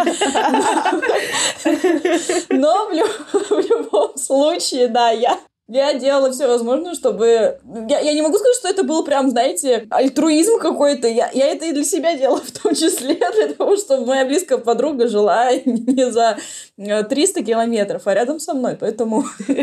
Но в любом случае, да, я... Я делала все возможное, чтобы... Я, я не могу сказать, что это был прям, знаете, альтруизм какой-то. Я, я это и для себя делала в том числе, для того, чтобы моя близкая подруга жила не за триста километров, а рядом со мной, поэтому...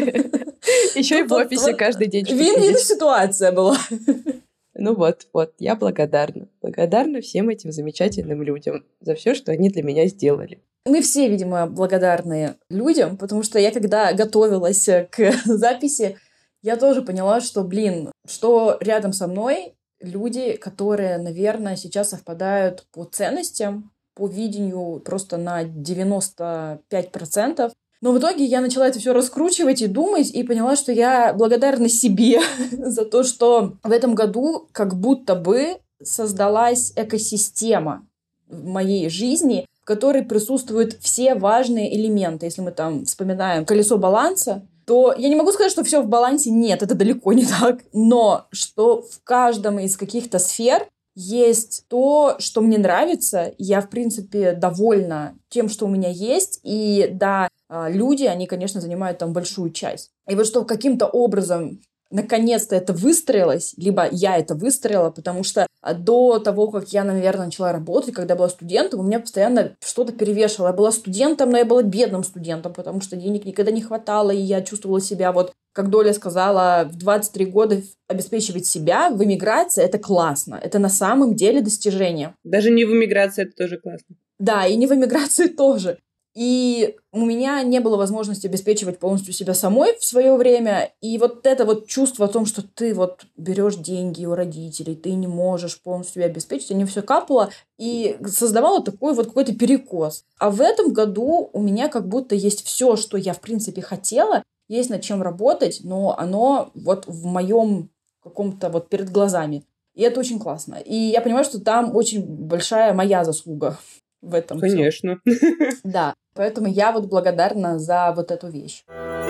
Еще и в офисе каждый день. Вин-вин ситуация была. Ну вот, вот, я благодарна. Благодарна всем этим замечательным людям за все, что они для меня сделали. Мы все, видимо, благодарны людям, потому что я, когда готовилась к записи, я тоже поняла, что, блин, что рядом со мной люди, которые, наверное, сейчас совпадают по ценностям, по видению просто на девяносто пять процентов. Но в итоге я начала это все раскручивать и думать, и поняла, что я благодарна себе за то, что в этом году как будто бы создалась экосистема в моей жизни, в которой присутствуют все важные элементы. Если мы там вспоминаем колесо баланса, то я не могу сказать, что все в балансе. Нет, это далеко не так. Но что в каждом из каких-то сфер есть то, что мне нравится. Я, в принципе, довольна тем, что у меня есть. И да, люди, они, конечно, занимают там большую часть. И вот что каким-то образом наконец-то это выстроилось, либо я это выстроила, потому что до того, как я, наверное, начала работать, когда я была студентом, у меня постоянно что-то перевешивало. Я была студентом, но я была бедным студентом, потому что денег никогда не хватало, и я чувствовала себя, вот, как Доля сказала, в двадцать три года обеспечивать себя в эмиграции — это классно. Это на самом деле достижение. Даже не в эмиграции это тоже классно. Да, и не в эмиграции тоже. И у меня не было возможности обеспечивать полностью себя самой в свое время. И вот это вот чувство о том, что ты вот берешь деньги у родителей, ты не можешь полностью себя обеспечить, они все капало, и создавало такой вот какой-то перекос. А в этом году у меня как будто есть все, что я в принципе хотела, есть над чем работать, но оно вот в моем каком-то вот перед глазами. И это очень классно. И я понимаю, что там очень большая моя заслуга в этом. Конечно. Всем. Да, поэтому я вот благодарна за вот эту вещь.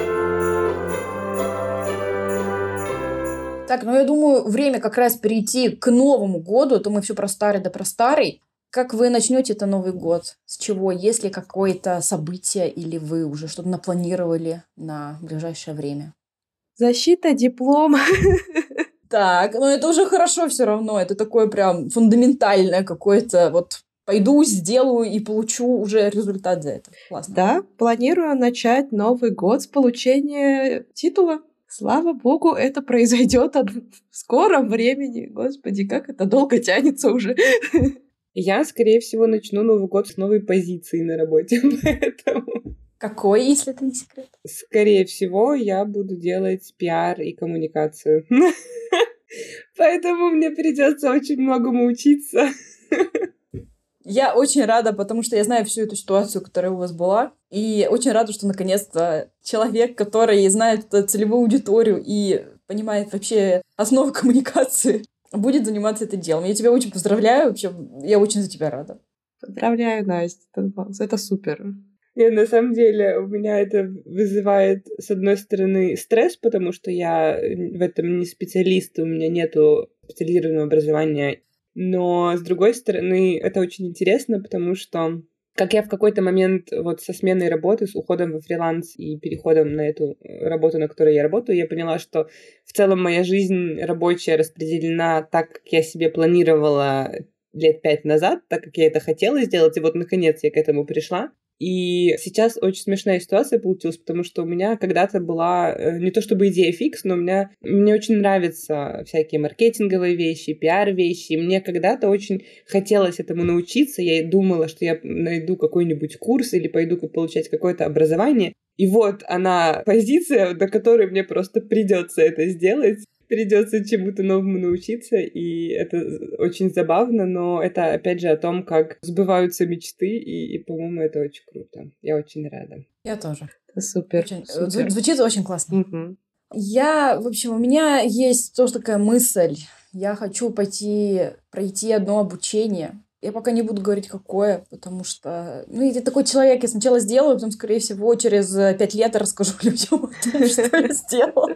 Так, ну я думаю, время как раз перейти к Новому году, то мы все про старый да про старый. Как вы начнете это Новый год? С чего? Есть ли какое-то событие или вы уже что-то напланировали на ближайшее время? Защита диплома. Так, ну это уже хорошо все равно. Это такое прям фундаментальное какое-то вот... Пойду, сделаю и получу уже результат за это. Классно. Да, планирую начать Новый год с получения титула. Слава богу, это произойдет в скором времени. Господи, как это долго тянется уже. Я, скорее всего, начну Новый год с новой позиции на работе, поэтому... Какой, если это не секрет? Скорее всего, я буду делать пиар и коммуникацию. Поэтому мне придется очень многому учиться. Я очень рада, потому что я знаю всю эту ситуацию, которая у вас была. И очень рада, что наконец-то человек, который знает целевую аудиторию и понимает вообще основы коммуникации, будет заниматься этим делом. Я тебя очень поздравляю. Вообще, я очень за тебя рада. Поздравляю, Настя. Это, это супер. Не, на самом деле у меня это вызывает, с одной стороны, стресс, потому что я в этом не специалист, у меня нету специализированного образования. Но, с другой стороны, это очень интересно, потому что как я в какой-то момент вот со сменой работы, с уходом во фриланс и переходом на эту работу, на которой я работаю, я поняла, что в целом моя жизнь рабочая распределена так, как я себе планировала лет пять назад, так, как я это хотела сделать, и вот, наконец, я к этому пришла. И сейчас очень смешная ситуация получилась, потому что у меня когда-то была не то чтобы идея фикс, но у меня, мне очень нравятся всякие маркетинговые вещи, пиар-вещи. И мне когда-то очень хотелось этому научиться. Я думала, что я найду какой-нибудь курс или пойду получать какое-то образование. И вот она позиция, до которой мне просто придется это сделать. Придется чему-то новому научиться, и это очень забавно, но это, опять же, о том, как сбываются мечты, и, и по-моему, это очень круто. Я очень рада. Я тоже. Это супер. Очень, супер. Звучит очень классно. Угу. Я, в общем, у меня есть тоже такая мысль. Я хочу пойти, пройти одно обучение. Я пока не буду говорить, какое, потому что... Ну, я такой человек, я сначала сделаю, потом, скорее всего, через пять лет расскажу людям, что я сделала.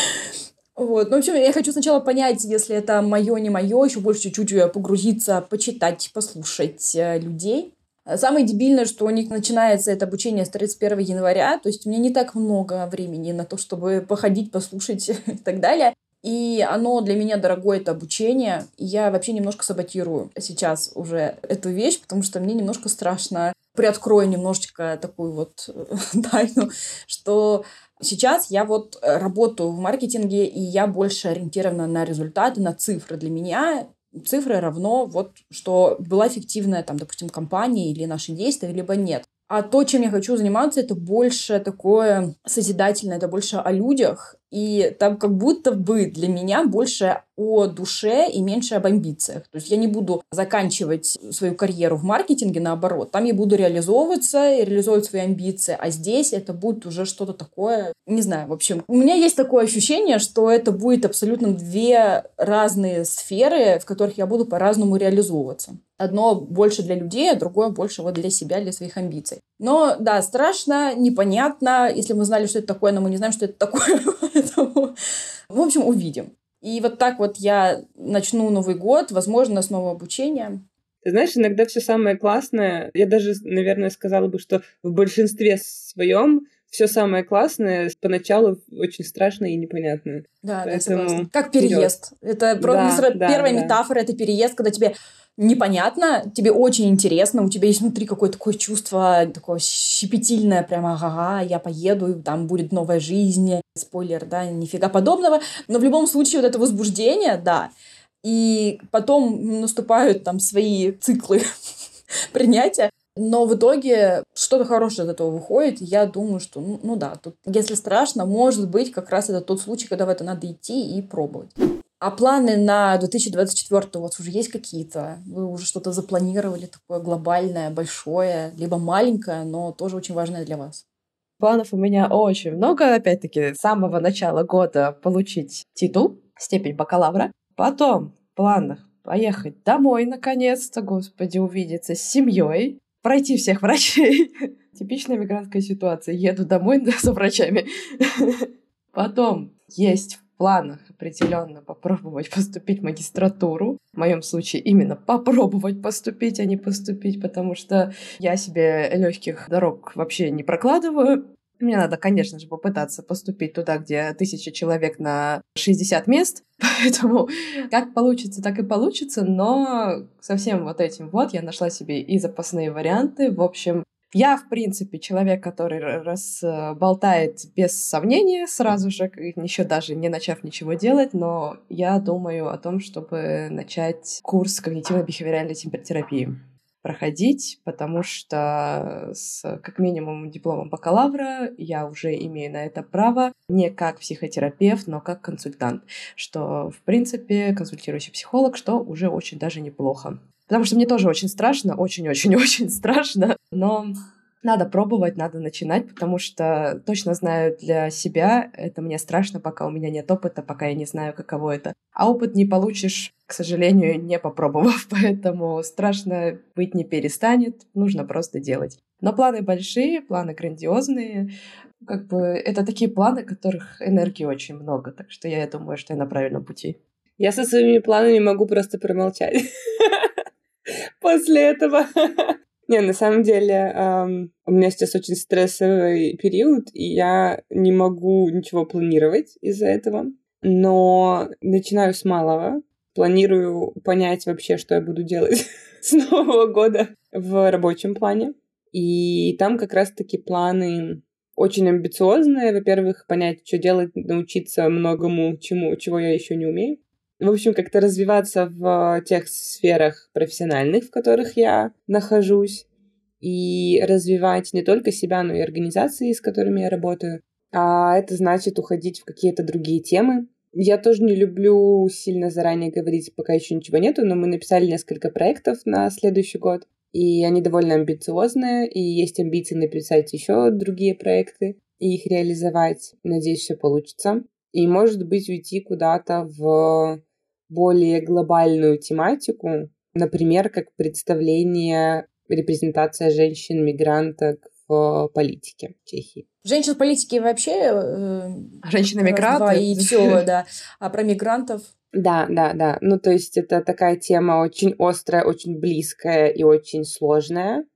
Вот. Ну, в общем, я хочу сначала понять, если это мое, не мое, еще больше чуть-чуть погрузиться, почитать, послушать людей. Самое дебильное, что у них начинается это обучение с тридцать первого января, то есть у меня не так много времени на то, чтобы походить, послушать и так далее. И оно для меня дорогое, это обучение. И я вообще немножко саботирую сейчас уже эту вещь, потому что мне немножко страшно. Приоткрою немножечко такую вот тайну, что сейчас я вот работаю в маркетинге, и я больше ориентирована на результаты, на цифры. Для меня цифры равно вот, что была эффективная, там, допустим, компания или наши действия, либо нет. А то, чем я хочу заниматься, это больше такое созидательное, это больше о людях. И там как будто бы для меня больше о душе и меньше об амбициях. То есть я не буду заканчивать свою карьеру в маркетинге, наоборот. Там я буду реализовываться и реализовывать свои амбиции. А здесь это будет уже что-то такое, не знаю, в общем. У меня есть такое ощущение, что это будет абсолютно две разные сферы, в которых я буду по-разному реализовываться. Одно больше для людей, а другое больше вот для себя, для своих амбиций. Но, да, страшно, непонятно. Если мы знали, что это такое, но мы не знаем, что это такое. Поэтому, в общем, увидим. И вот так вот я начну Новый год, возможно, с нового обучения. Ты знаешь, иногда все самое классное, я даже, наверное, сказала бы, что в большинстве своем все самое классное поначалу очень страшно и непонятно. Да, Поэтому... да, согласна. Как переезд. Это просто да, первая да. метафора, это переезд, когда тебе непонятно, тебе очень интересно, у тебя есть внутри какое-то такое чувство, такое щепетильное, прямо, ага, я поеду, там будет новая жизнь, спойлер, да, нифига подобного, но в любом случае вот это возбуждение, да, и потом наступают там свои циклы принятия, но в итоге что-то хорошее из этого выходит, и я думаю, что, ну, ну да, тут, если страшно, может быть, как раз это тот случай, когда в это надо идти и пробовать. А планы на две тысячи двадцать четвёртый у вас уже есть какие-то? Вы уже что-то запланировали такое глобальное, большое, либо маленькое, но тоже очень важное для вас? Планов у меня очень много. Опять-таки, с самого начала года получить титул, степень бакалавра. Потом в планах поехать домой, наконец-то, господи, увидеться с семьей, пройти всех врачей. Типичная мигрантская ситуация. Еду домой за врачами. Потом есть в планах определенно попробовать поступить в магистратуру. В моем случае именно попробовать поступить, а не поступить, потому что я себе легких дорог вообще не прокладываю. Мне надо, конечно же, попытаться поступить туда, где тысяча человек на шестьдесят мест. Поэтому как получится, так и получится. Но со всем вот этим вот я нашла себе и запасные варианты. В общем, я, в принципе, человек, который разболтает без сомнения сразу же, еще даже не начав ничего делать, но я думаю о том, чтобы начать курс когнитивно-бихевиоральной температерапии проходить, потому что с как минимум дипломом бакалавра я уже имею на это право не как психотерапевт, но как консультант, что, в принципе, консультирующий психолог, что уже очень даже неплохо. Потому что мне тоже очень страшно, очень-очень-очень страшно, но надо пробовать, надо начинать, потому что точно знаю для себя, это мне страшно, пока у меня нет опыта, пока я не знаю, каково это. А опыт не получишь, к сожалению, не попробовав, поэтому страшно быть не перестанет, нужно просто делать. Но планы большие, планы грандиозные. Как бы это такие планы, которых энергии очень много. Так что я думаю, что я на правильном пути. Я со своими планами могу просто промолчать после этого. Не, на самом деле, эм, у меня сейчас очень стрессовый период, и я не могу ничего планировать из-за этого. Но начинаю с малого. Планирую понять вообще, что я буду делать с Нового года в рабочем плане. И там как раз-таки планы очень амбициозные. Во-первых, понять, что делать, научиться многому, чему, чего я еще не умею. В общем, как-то развиваться в тех сферах профессиональных, в которых я нахожусь, и развивать не только себя, но и организации, с которыми я работаю. А это значит уходить в какие-то другие темы. Я тоже не люблю сильно заранее говорить, пока еще ничего нету, но мы написали несколько проектов на следующий год, и они довольно амбициозные, и есть амбиции написать еще другие проекты и их реализовать. Надеюсь, все получится. И, может быть, уйти куда-то в более глобальную тематику, например, как представление, репрезентация женщин-мигранток в политике в Чехии. Женщин в политике вообще... Э, Женщины-мигранты. И все, да. А про мигрантов... Да, да, да. Ну, то есть это такая тема очень острая, очень близкая и очень сложная,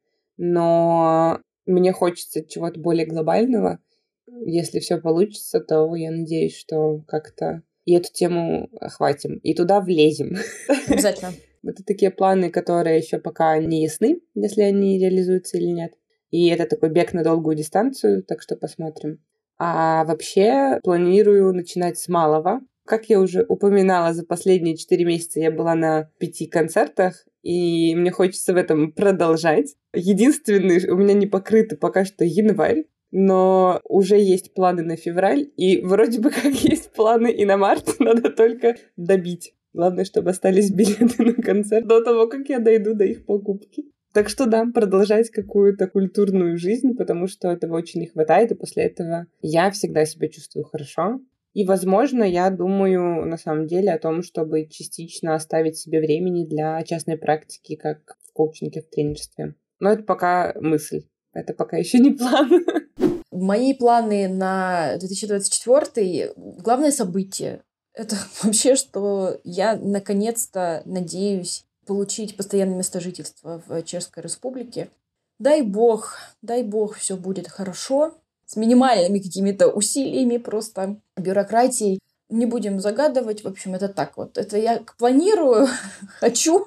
но мне хочется чего-то более глобального. Если все получится, то я надеюсь, что как-то и эту тему охватим, и туда влезем. Обязательно. Это такие планы, которые еще пока не ясны, если они реализуются или нет. И это такой бег на долгую дистанцию, так что посмотрим. А вообще планирую начинать с малого. Как я уже упоминала, за последние четыре месяца я была на пяти концертах, и мне хочется в этом продолжать. Единственный у меня не покрытый пока что январь, но уже есть планы на февраль, и вроде бы как есть планы и на март, надо только добить. Главное, чтобы остались билеты на концерт до того, как я дойду до их покупки. Так что да, продолжать какую-то культурную жизнь, потому что этого очень не хватает, и после этого я всегда себя чувствую хорошо. И, возможно, я думаю на самом деле о том, чтобы частично оставить себе времени для частной практики, как в коучинге, в тренерстве. Но это пока мысль, это пока еще не план. Мои планы на две тысячи двадцать четвёртый, главное событие, это вообще, что я наконец-то надеюсь получить постоянное место жительства в Чешской Республике. Дай бог, дай бог, все будет хорошо. С минимальными какими-то усилиями, просто бюрократией. Не будем загадывать. В общем, это так вот. Это я планирую, хочу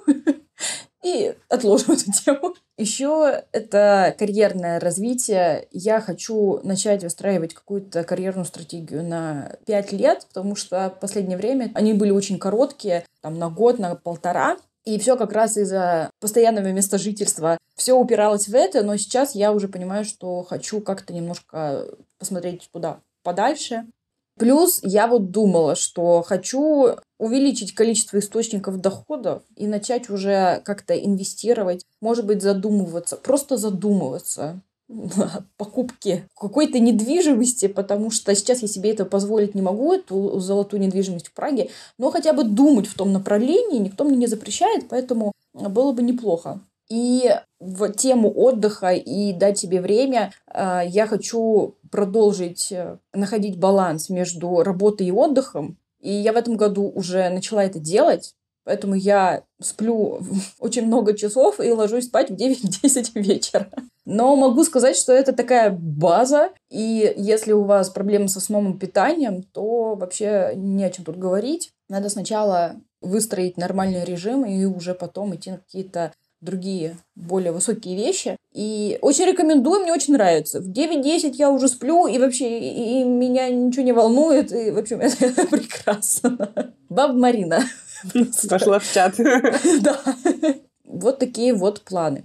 и отложу эту тему. Еще это карьерное развитие. Я хочу начать выстраивать какую-то карьерную стратегию на пять лет, потому что в последнее время они были очень короткие, там, на год, на полтора. И все как раз из-за постоянного места жительства все упиралось в это, но сейчас я уже понимаю, что хочу как-то немножко посмотреть туда подальше. Плюс я вот думала, что хочу увеличить количество источников доходов и начать уже как-то инвестировать, может быть, задумываться, просто задумываться о покупке какой-то недвижимости, потому что сейчас я себе это позволить не могу, эту золотую недвижимость в Праге, но хотя бы думать в том направлении никто мне не запрещает, поэтому было бы неплохо. И в тему отдыха и дать себе время я хочу продолжить находить баланс между работой и отдыхом. И я в этом году уже начала это делать. Поэтому я сплю очень много часов и ложусь спать в девять-десять вечера. Но могу сказать, что это такая база. И если у вас проблемы со сном и питанием, то вообще не о чем тут говорить. Надо сначала выстроить нормальный режим и уже потом идти на какие-то другие, более высокие вещи. И очень рекомендую, мне очень нравится. В девять-десять я уже сплю, и вообще и, и меня ничего не волнует. И, в общем, это, это прекрасно. Баба Марина. Пошла в чат. Да. Вот такие вот планы.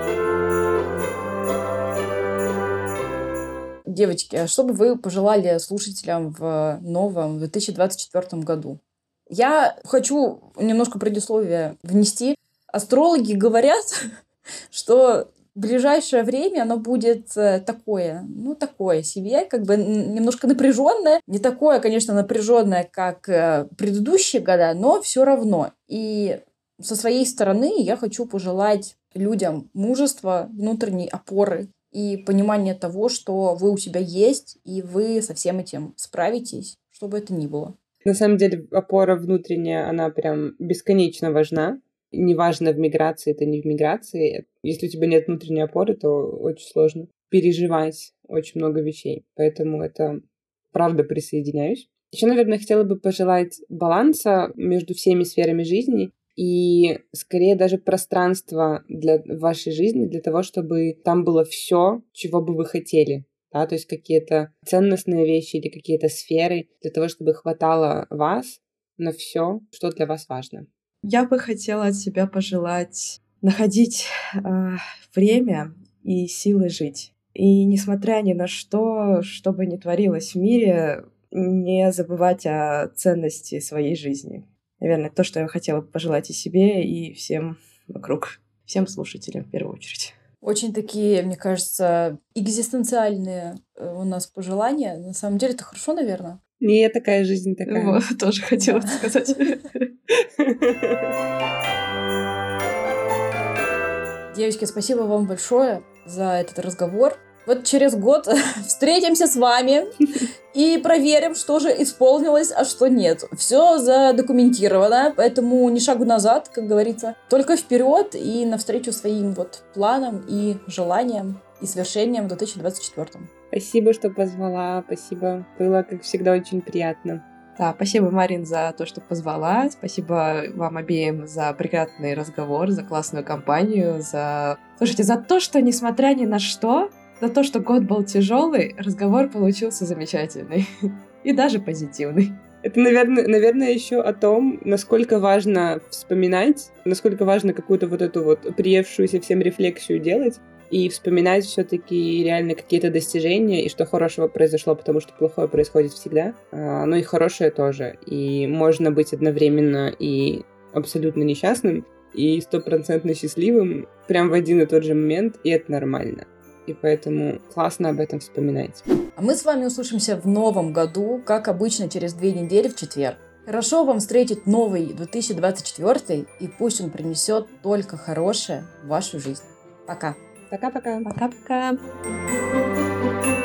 Девочки, а что бы вы пожелали слушателям в новом две тысячи двадцать четвёртом году? Я хочу немножко предисловия внести. Астрологи говорят, что в ближайшее время оно будет такое, ну, такое себе, как бы немножко напряженное. Не такое, конечно, напряженное, как предыдущие года, но все равно. И со своей стороны я хочу пожелать людям мужества, внутренней опоры и понимание того, что вы у себя есть, и вы со всем этим справитесь, что бы это ни было. На самом деле опора внутренняя, она прям бесконечно важна. Неважно, в миграции это не в миграции. Если у тебя нет внутренней опоры, то очень сложно переживать очень много вещей. Поэтому это правда присоединяюсь. Еще, наверное, хотела бы пожелать баланса между всеми сферами жизни и скорее даже пространства для вашей жизни, для того, чтобы там было все, чего бы вы хотели. Да, то есть какие-то ценностные вещи или какие-то сферы для того, чтобы хватало вас на все, что для вас важно. Я бы хотела от себя пожелать находить э, время и силы жить. И несмотря ни на что, что бы ни творилось в мире, не забывать о ценности своей жизни. Наверное, то, что я хотела бы пожелать и себе, и всем вокруг, всем слушателям в первую очередь. Очень такие, мне кажется, экзистенциальные у нас пожелания. На самом деле это хорошо, наверное. Не такая жизнь такая. Вот, тоже хотела сказать. Девочки, спасибо вам большое за этот разговор. Вот через год встретимся с вами и проверим, что же исполнилось, а что нет. Все задокументировано, поэтому ни шагу назад, как говорится, только вперед и навстречу своим вот планам и желаниям и свершениям в две тысячи двадцать четвёртом. Спасибо, что позвала. Спасибо. Было, как всегда, очень приятно. Да, спасибо, Марин, за то, что позвала. Спасибо вам обеим за прекрасный разговор, за классную компанию, за... Слушайте, за то, что, несмотря ни на что, за то, что год был тяжелый, разговор получился замечательный и даже позитивный. Это, наверное, наверное, еще о том, насколько важно вспоминать, насколько важно какую-то вот эту вот приевшуюся всем рефлексию делать и вспоминать все-таки реально какие-то достижения и что хорошего произошло, потому что плохое происходит всегда, но и хорошее тоже. И можно быть одновременно и абсолютно несчастным, и стопроцентно счастливым прям в один и тот же момент, и это нормально. И поэтому классно об этом вспоминать. А мы с вами услышимся в новом году, как обычно, через две недели в четверг. Хорошо вам встретить новый две тысячи двадцать четвёртый, и пусть он принесет только хорошее в вашу жизнь. Пока. Пока-пока. Пока-пока.